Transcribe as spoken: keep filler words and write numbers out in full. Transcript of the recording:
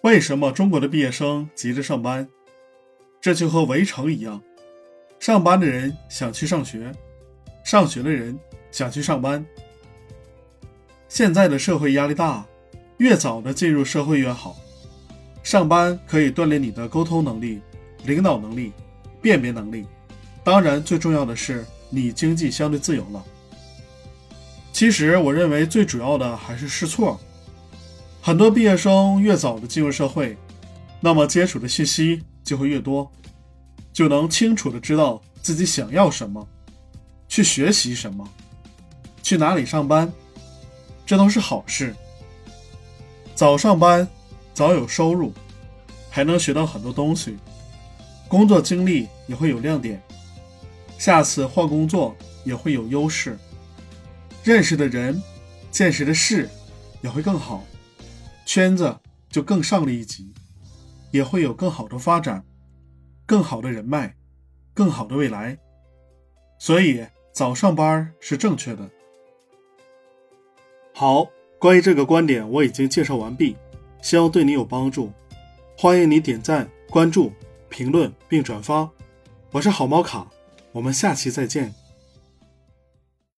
为什么中国的毕业生急着上班？这就和围城一样，上班的人想去上学，上学的人想去上班。现在的社会压力大，越早的进入社会越好。上班可以锻炼你的沟通能力、领导能力、辨别能力，当然最重要的是你经济相对自由了。其实我认为最主要的还是试错。很多毕业生越早的进入社会，那么接触的信息就会越多，就能清楚的知道自己想要什么，去学习什么，去哪里上班，这都是好事。早上班，早有收入，还能学到很多东西，工作经历也会有亮点，下次换工作也会有优势，认识的人，见识的事也会更好，圈子就更上了一级，也会有更好的发展，更好的人脉，更好的未来。所以早上班是正确的。好，关于这个观点我已经介绍完毕，希望对你有帮助。欢迎你点赞、关注、评论并转发。我是好猫卡，我们下期再见。